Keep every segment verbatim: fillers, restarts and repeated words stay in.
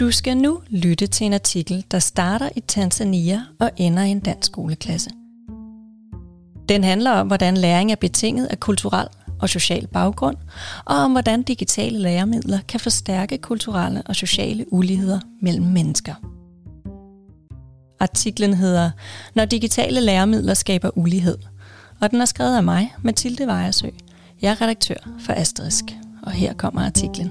Du skal nu lytte til en artikel, der starter i Tanzania og ender i en dansk skoleklasse. Den handler om, hvordan læring er betinget af kulturel og social baggrund, og om hvordan digitale læremidler kan forstærke kulturelle og sociale uligheder mellem mennesker. Artiklen hedder Når digitale læremidler skaber ulighed, og den er skrevet af mig, Mathilde Vejersø. Jeg er redaktør for Asterisk, og her kommer artiklen.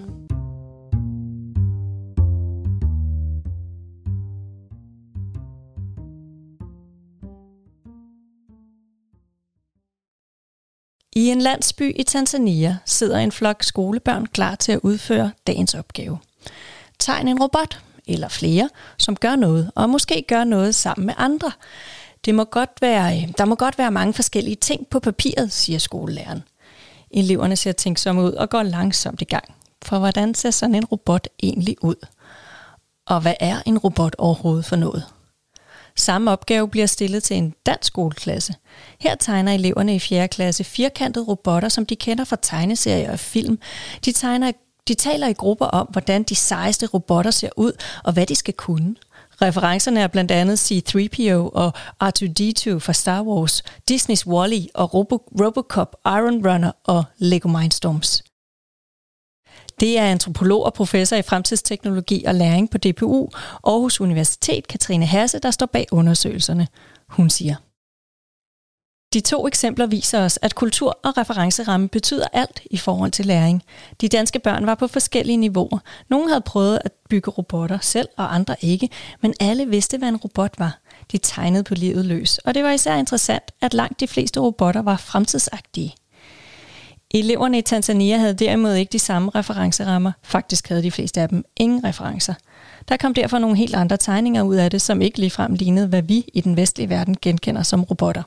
I en landsby i Tanzania sidder en flok skolebørn klar til at udføre dagens opgave. Tegn en robot, eller flere, som gør noget, og måske gør noget sammen med andre. Det må godt være, der må godt være mange forskellige ting på papiret, siger skolelæreren. Eleverne ser tænksomme ud og går langsomt i gang. For hvordan ser sådan en robot egentlig ud? Og hvad er en robot overhovedet for noget? Samme opgave bliver stillet til en dansk skoleklasse. Her tegner eleverne i fjerde klasse firkantede robotter, som de kender fra tegneserier og film. De, tegner, de taler i grupper om, hvordan de sejeste robotter ser ud og hvad de skal kunne. Referencerne er blandt andet C tre P O og R to D to fra Star Wars, Disneys Wall-E og Robo- Robocop, Iron Runner og Lego Mindstorms. Det er antropolog og professor i fremtidsteknologi og læring på D P U, Aarhus Universitet, Katrine Hasse, der står bag undersøgelserne. Hun siger: De to eksempler viser os, at kultur og referenceramme betyder alt i forhold til læring. De danske børn var på forskellige niveauer. Nogle havde prøvet at bygge robotter selv, og andre ikke, men alle vidste, hvad en robot var. De tegnede på livet løs, og det var især interessant, at langt de fleste robotter var fremtidsagtige. Eleverne i Tanzania havde derimod ikke de samme referencerammer. Faktisk havde de fleste af dem ingen referencer. Der kom derfor nogle helt andre tegninger ud af det, som ikke ligefrem lignede, hvad vi i den vestlige verden genkender som robotter.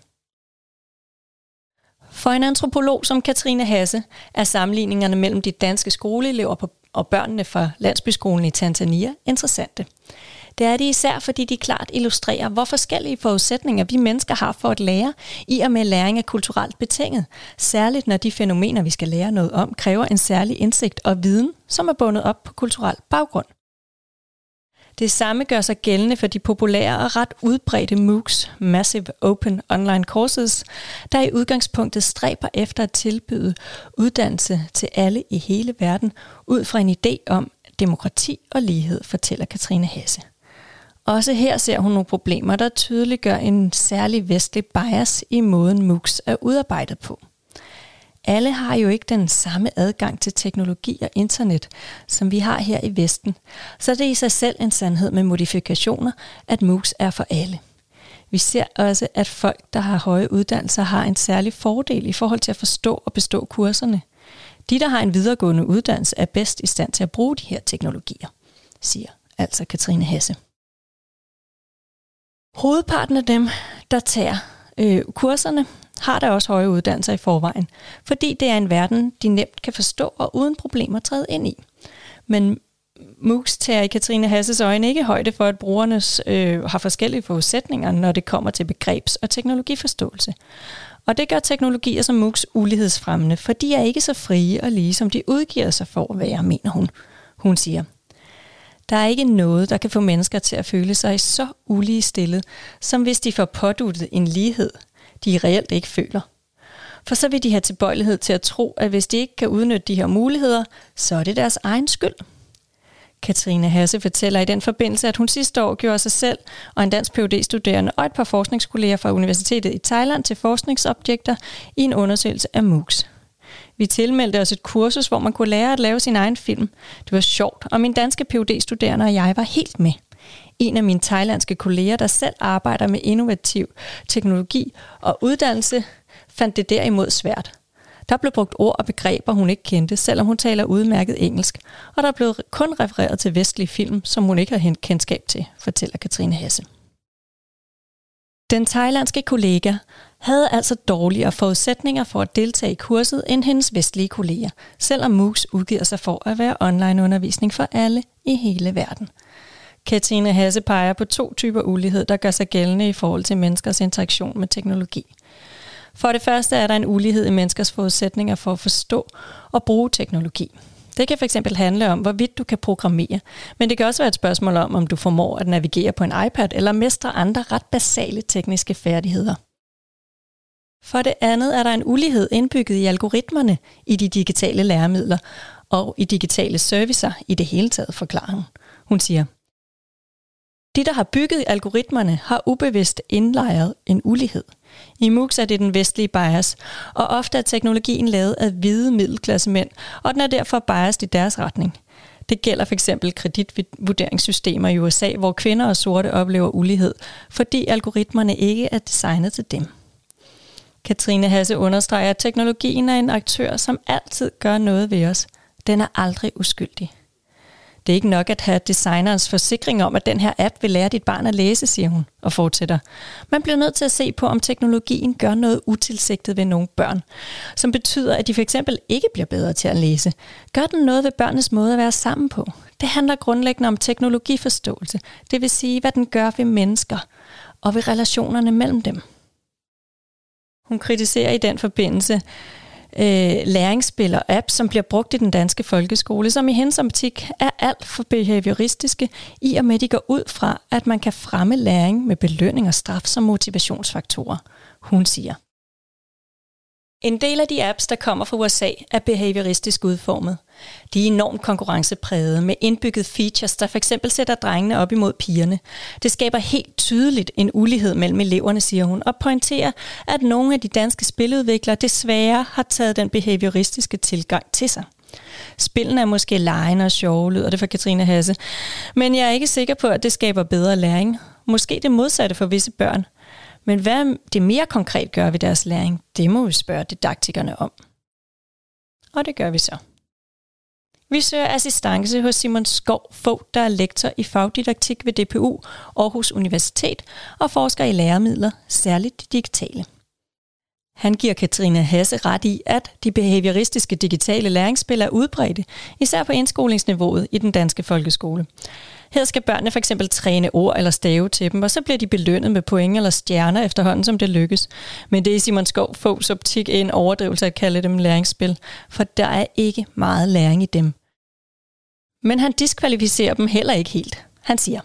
For en antropolog som Katrine Hasse er sammenligningerne mellem de danske skoleelever og børnene fra landsbyskolen i Tanzania interessante. Det er det især, fordi de klart illustrerer, hvor forskellige forudsætninger vi mennesker har for at lære, i og med læring er kulturelt betinget. Særligt når de fænomener, vi skal lære noget om, kræver en særlig indsigt og viden, som er bundet op på kulturel baggrund. Det samme gør sig gældende for de populære og ret udbredte MOOCs, Massive Open Online Courses, der i udgangspunktet stræber efter at tilbyde uddannelse til alle i hele verden, ud fra en idé om demokrati og lighed, fortæller Katrine Hasse. Også her ser hun nogle problemer, der tydeliggør en særlig vestlig bias i måden MOOCs er udarbejdet på. Alle har jo ikke den samme adgang til teknologi og internet, som vi har her i Vesten, så det er i sig selv en sandhed med modifikationer, at MOOCs er for alle. Vi ser også, at folk, der har høje uddannelser, har en særlig fordel i forhold til at forstå og bestå kurserne. De, der har en videregående uddannelse, er bedst i stand til at bruge de her teknologier, siger altså Katrine Hasse. Hovedparten af dem, der tager øh, kurserne, har der også høje uddannelser i forvejen, fordi det er en verden, de nemt kan forstå og uden problemer træde ind i. Men MOOCs tager i Katrine Hasses øjne ikke højde for, at brugerne øh, har forskellige forudsætninger, når det kommer til begrebs- og teknologiforståelse. Og det gør teknologier som MOOCs ulighedsfremmende, for de er ikke så frie og lige, som de udgiver sig for at være, mener hun. Hun siger: Der er ikke noget, der kan få mennesker til at føle sig så ulige stillet, som hvis de får påduttet en lighed, de reelt ikke føler. For så vil de have tilbøjelighed til at tro, at hvis de ikke kan udnytte de her muligheder, så er det deres egen skyld. Katrine Hasse fortæller i den forbindelse, at hun sidste år gjorde sig selv og en dansk P H D-studerende og et par forskningskolleger fra Universitetet i Thailand til forskningsobjekter i en undersøgelse af MOOCs. Vi tilmeldte os et kursus, hvor man kunne lære at lave sin egen film. Det var sjovt, og min danske P H D-studerende og jeg var helt med. En af mine thailandske kolleger, der selv arbejder med innovativ teknologi og uddannelse, fandt det derimod svært. Der blev brugt ord og begreber, hun ikke kendte, selvom hun taler udmærket engelsk, og der blev kun refereret til vestlige film, som hun ikke har kendskab til, fortæller Katrine Hasse. Den thailandske kollega havde altså dårligere forudsætninger for at deltage i kurset end hendes vestlige kolleger, selvom MOOCs udgiver sig for at være online-undervisning for alle i hele verden. Katrine Hasse peger på to typer ulighed, der gør sig gældende i forhold til menneskers interaktion med teknologi. For det første er der en ulighed i menneskers forudsætninger for at forstå og bruge teknologi. Det kan fx handle om, hvorvidt du kan programmere, men det kan også være et spørgsmål om, om du formår at navigere på en iPad eller mestre andre ret basale tekniske færdigheder. For det andet er der en ulighed indbygget i algoritmerne i de digitale læremidler og i digitale servicer i det hele taget, forklarer hun. Hun siger, de, der har bygget algoritmerne, har ubevidst indlejret en ulighed. I MOOCs er det den vestlige bias, og ofte er teknologien lavet af hvide middelklassemænd, og den er derfor biased i deres retning. Det gælder f.eks. kreditvurderingssystemer i U S A, hvor kvinder og sorte oplever ulighed, fordi algoritmerne ikke er designet til dem. Katrine Hasse understreger, at teknologien er en aktør, som altid gør noget ved os. Den er aldrig uskyldig. Det er ikke nok at have designerens forsikring om, at den her app vil lære dit barn at læse, siger hun, og fortsætter. Man bliver nødt til at se på, om teknologien gør noget utilsigtet ved nogle børn, som betyder, at de fx ikke bliver bedre til at læse. Gør den noget ved børnenes måde at være sammen på? Det handler grundlæggende om teknologiforståelse, det vil sige, hvad den gør ved mennesker og ved relationerne mellem dem. Hun kritiserer i den forbindelse øh, læringsspil og apps, som bliver brugt i den danske folkeskole, som i hendes optik er alt for behavioristiske, i og med de går ud fra, at man kan fremme læring med belønning og straf som motivationsfaktorer. Hun siger, en del af de apps, der kommer fra U S A, er behavioristisk udformet. De er enormt konkurrenceprægede med indbygget features, der fx sætter drengene op imod pigerne. Det skaber helt tydeligt en ulighed mellem eleverne, siger hun, og pointerer, at nogle af de danske spiludviklere desværre har taget den behavioristiske tilgang til sig. Spillene er måske legende og sjove, lyder det for Katrine Hasse, men jeg er ikke sikker på, at det skaber bedre læring. Måske det modsatte for visse børn. Men hvad det mere konkret gør ved deres læring, det må vi spørge didaktikerne om. Og det gør vi så. Vi søger assistance hos Simon Skov Vogt, der er lektor i fagdidaktik ved D P U Aarhus Universitet og forsker i læremidler, særligt de digitale. Han giver Katrine Hasse ret i, at de behavioristiske digitale læringsspil er udbredte, især på indskolingsniveauet i den danske folkeskole. Her skal børnene for eksempel træne ord eller stave til dem, og så bliver de belønnet med point eller stjerner efterhånden, som det lykkes. Men det er i Simon Skov Vogts optik en overdrivelse at kalde dem læringsspil, for der er ikke meget læring i dem. Men han diskvalificerer dem heller ikke helt. Han siger,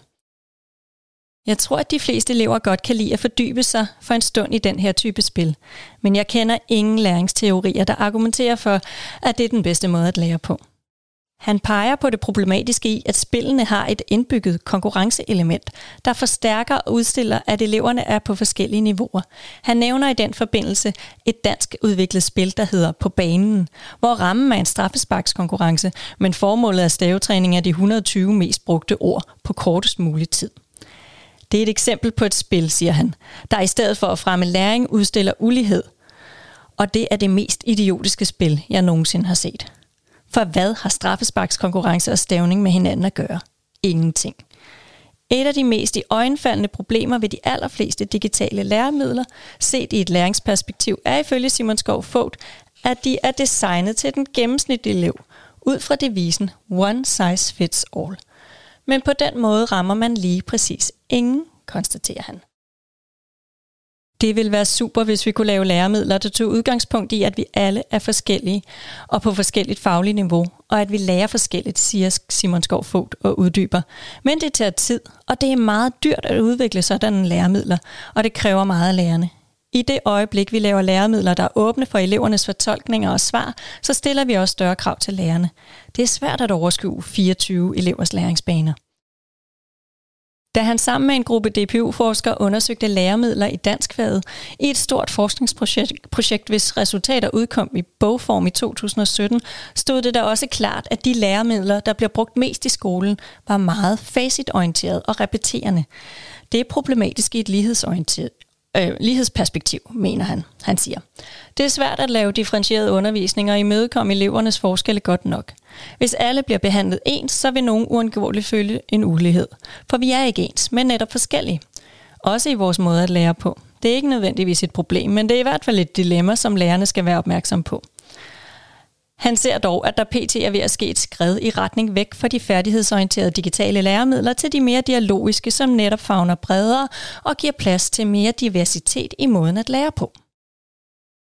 jeg tror, at de fleste elever godt kan lide at fordybe sig for en stund i den her type spil, men jeg kender ingen læringsteorier, der argumenterer for, at det er den bedste måde at lære på. Han peger på det problematiske i, at spillene har et indbygget konkurrenceelement, der forstærker og udstiller, at eleverne er på forskellige niveauer. Han nævner i den forbindelse et dansk udviklet spil, der hedder På banen, hvor rammen er en straffesparkskonkurrence, men formålet er stavetræning af de et hundrede og tyve mest brugte ord på kortest mulig tid. Det er et eksempel på et spil, siger han, der i stedet for at fremme læring udstiller ulighed. Og det er det mest idiotiske spil, jeg nogensinde har set. For hvad har straffesparkskonkurrence og stavning med hinanden at gøre? Ingenting. Et af de mest iøjnefaldende problemer ved de allerfleste digitale læremidler, set i et læringsperspektiv, er ifølge Simon Skov Vogt, at de er designet til den gennemsnitlige elev, ud fra devisen one size fits all. Men på den måde rammer man lige præcis ingen, konstaterer han. Det ville være super, hvis vi kunne lave læremidler, der tog udgangspunkt i, at vi alle er forskellige og på forskelligt fagligt niveau, og at vi lærer forskelligt, siger Simon Skov Vogt og uddyber. Men det tager tid, og det er meget dyrt at udvikle sådanne læremidler, og det kræver meget af lærerne. I det øjeblik, vi laver læremidler, der er åbne for elevernes fortolkninger og svar, så stiller vi også større krav til lærerne. Det er svært at overskue fireogtyve elevers læringsbaner. Da han sammen med en gruppe D P U-forskere undersøgte læremidler i danskfaget i et stort forskningsprojekt, projekt, hvis resultater udkom i bogform i to tusind og sytten, stod det da også klart, at de læremidler, der bliver brugt mest i skolen, var meget facitorienteret og repeterende. Det er problematisk i et lighedsorienteret Øh, lighedsperspektiv, mener han. Han siger, det er svært at lave differentieret undervisning og imødekomme elevernes forskelle godt nok. Hvis alle bliver behandlet ens, så vil nogen uundgåeligt føle en ulighed. For vi er ikke ens, men netop forskellige. Også i vores måde at lære på. Det er ikke nødvendigvis et problem, men det er i hvert fald et dilemma, som lærerne skal være opmærksom på. Han ser dog, at der pt. Er ved at ske et skred i retning væk fra de færdighedsorienterede digitale læremidler til de mere dialogiske, som netop favner bredere og giver plads til mere diversitet i måden at lære på.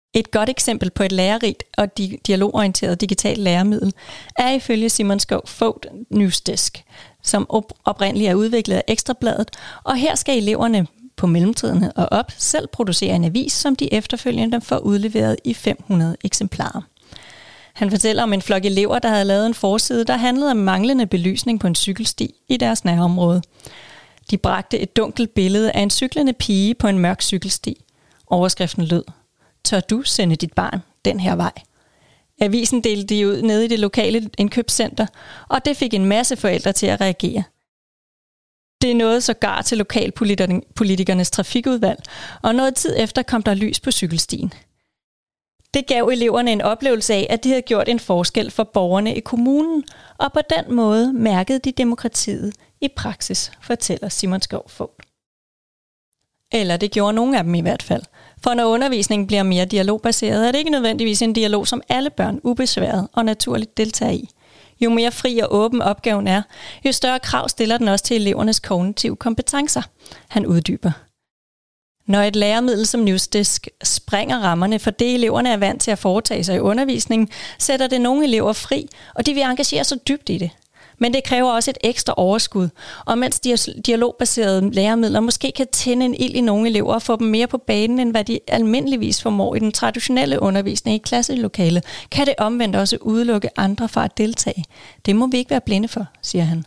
Et godt eksempel på et lærerigt og di- dialogorienteret digitalt læremiddel er ifølge Simon Skov Fogt Newsdesk, som op- oprindeligt er udviklet af Ekstrabladet, og her skal eleverne på mellemtiden og op selv producere en avis, som de efterfølgende får udleveret i fem hundrede eksemplarer. Han fortæller om en flok elever, der havde lavet en forside, der handlede om manglende belysning på en cykelsti i deres nærområde. De bragte et dunkelt billede af en cyklende pige på en mørk cykelsti. Overskriften lød: "Tør du sende dit barn den her vej?" Avisen delte de ud nede i det lokale indkøbscenter, og det fik en masse forældre til at reagere. Det nåede sågar til lokalpolitikernes trafikudvalg, og noget tid efter kom der lys på cykelstien. Det gav eleverne en oplevelse af, at de havde gjort en forskel for borgerne i kommunen, og på den måde mærkede de demokratiet i praksis, fortæller Simon Skov Fogt. Eller det gjorde nogle af dem i hvert fald. For når undervisningen bliver mere dialogbaseret, er det ikke nødvendigvis en dialog, som alle børn ubesværet og naturligt deltager i. Jo mere fri og åben opgaven er, jo større krav stiller den også til elevernes kognitive kompetencer. Han uddyber. Når et læremiddel som Newsdesk springer rammerne for det, eleverne er vant til at foretage sig i undervisningen, sætter det nogle elever fri, og de vil engagere sig dybt i det. Men det kræver også et ekstra overskud, og mens dialogbaserede læremidler måske kan tænde en ild i nogle elever og få dem mere på banen, end hvad de almindeligvis formår i den traditionelle undervisning i klasselokalet, kan det omvendt også udelukke andre fra at deltage. Det må vi ikke være blinde for, siger han.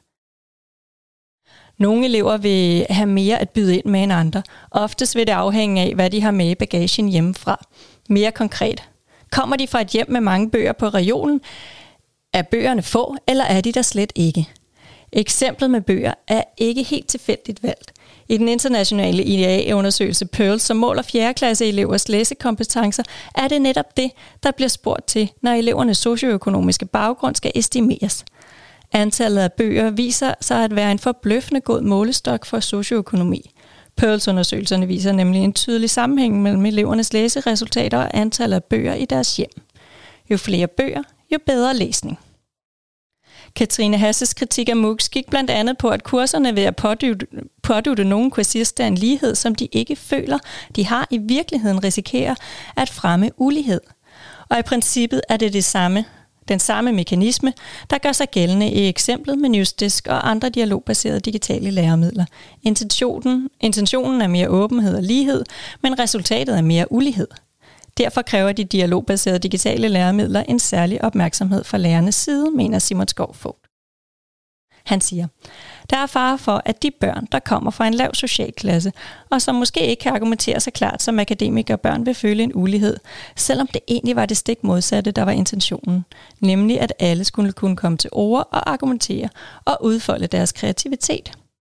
Nogle elever vil have mere at byde ind med end andre. Oftest vil det afhænge af, hvad de har med i bagagen hjemmefra. Mere konkret. Kommer de fra et hjem med mange bøger på reolen? Er bøgerne få, eller er de der slet ikke? Eksemplet med bøger er ikke helt tilfældigt valgt. I den internationale I D A-undersøgelse Pearl, som måler fjerde klasse elevers læsekompetencer, er det netop det, der bliver spurgt til, når elevernes socioøkonomiske baggrund skal estimeres. Antallet af bøger viser sig at være en forbløffende god målestok for socioøkonomi. Pearls undersøgelserne viser nemlig en tydelig sammenhæng mellem elevernes læseresultater og antallet af bøger i deres hjem. Jo flere bøger, jo bedre læsning. Katrine Hasses kritik af M O O C's gik blandt andet på, at kurserne ved at pådytte, pådytte nogle kursister en lighed, som de ikke føler, de har i virkeligheden risikerer at fremme ulighed. Og i princippet er det det samme, den samme mekanisme, der gør sig gældende i eksemplet med Newsdesk og andre dialogbaserede digitale læremidler. Intentionen, intentionen er mere åbenhed og lighed, men resultatet er mere ulighed. Derfor kræver de dialogbaserede digitale læremidler en særlig opmærksomhed fra lærernes side, mener Simon Skov Fogt. Han siger, der er fare for, at de børn, der kommer fra en lav socialklasse, og som måske ikke kan argumentere så klart, som akademikerbørn vil føle en ulighed, selvom det egentlig var det stik modsatte, der var intentionen, nemlig at alle skulle kunne komme til ord og argumentere og udfolde deres kreativitet.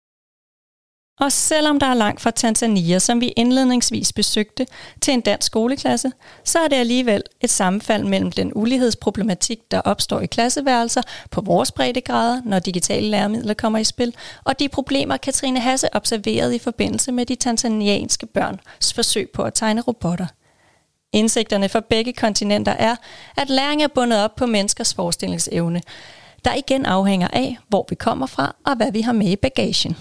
Og selvom der er langt fra Tanzania, som vi indledningsvis besøgte, til en dansk skoleklasse, så er det alligevel et sammenfald mellem den ulighedsproblematik, der opstår i klasseværelser på vores breddegrader, når digitale læremidler kommer i spil, og de problemer, Katrine Hasse observerede i forbindelse med de tanzanianske børns forsøg på at tegne robotter. Indsigterne for begge kontinenter er, at læring er bundet op på menneskers forestillingsevne, der igen afhænger af, hvor vi kommer fra og hvad vi har med i bagagen.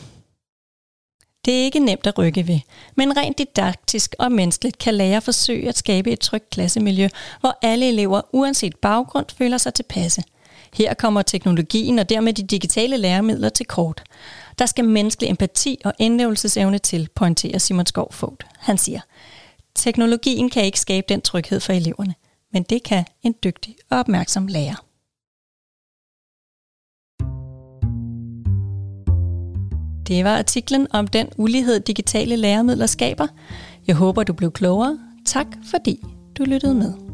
Det er ikke nemt at rykke ved, men rent didaktisk og menneskeligt kan lærere forsøge at skabe et trygt klassemiljø, hvor alle elever uanset baggrund føler sig tilpasse. Her kommer teknologien og dermed de digitale læremidler til kort. Der skal menneskelig empati og indlevelsesevne til, pointerer Simon Skov Fogt. Han siger, teknologien kan ikke skabe den tryghed for eleverne, men det kan en dygtig og opmærksom lærer. Det var artiklen om den ulighed, digitale læremidler skaber. Jeg håber, du blev klogere. Tak fordi du lyttede med.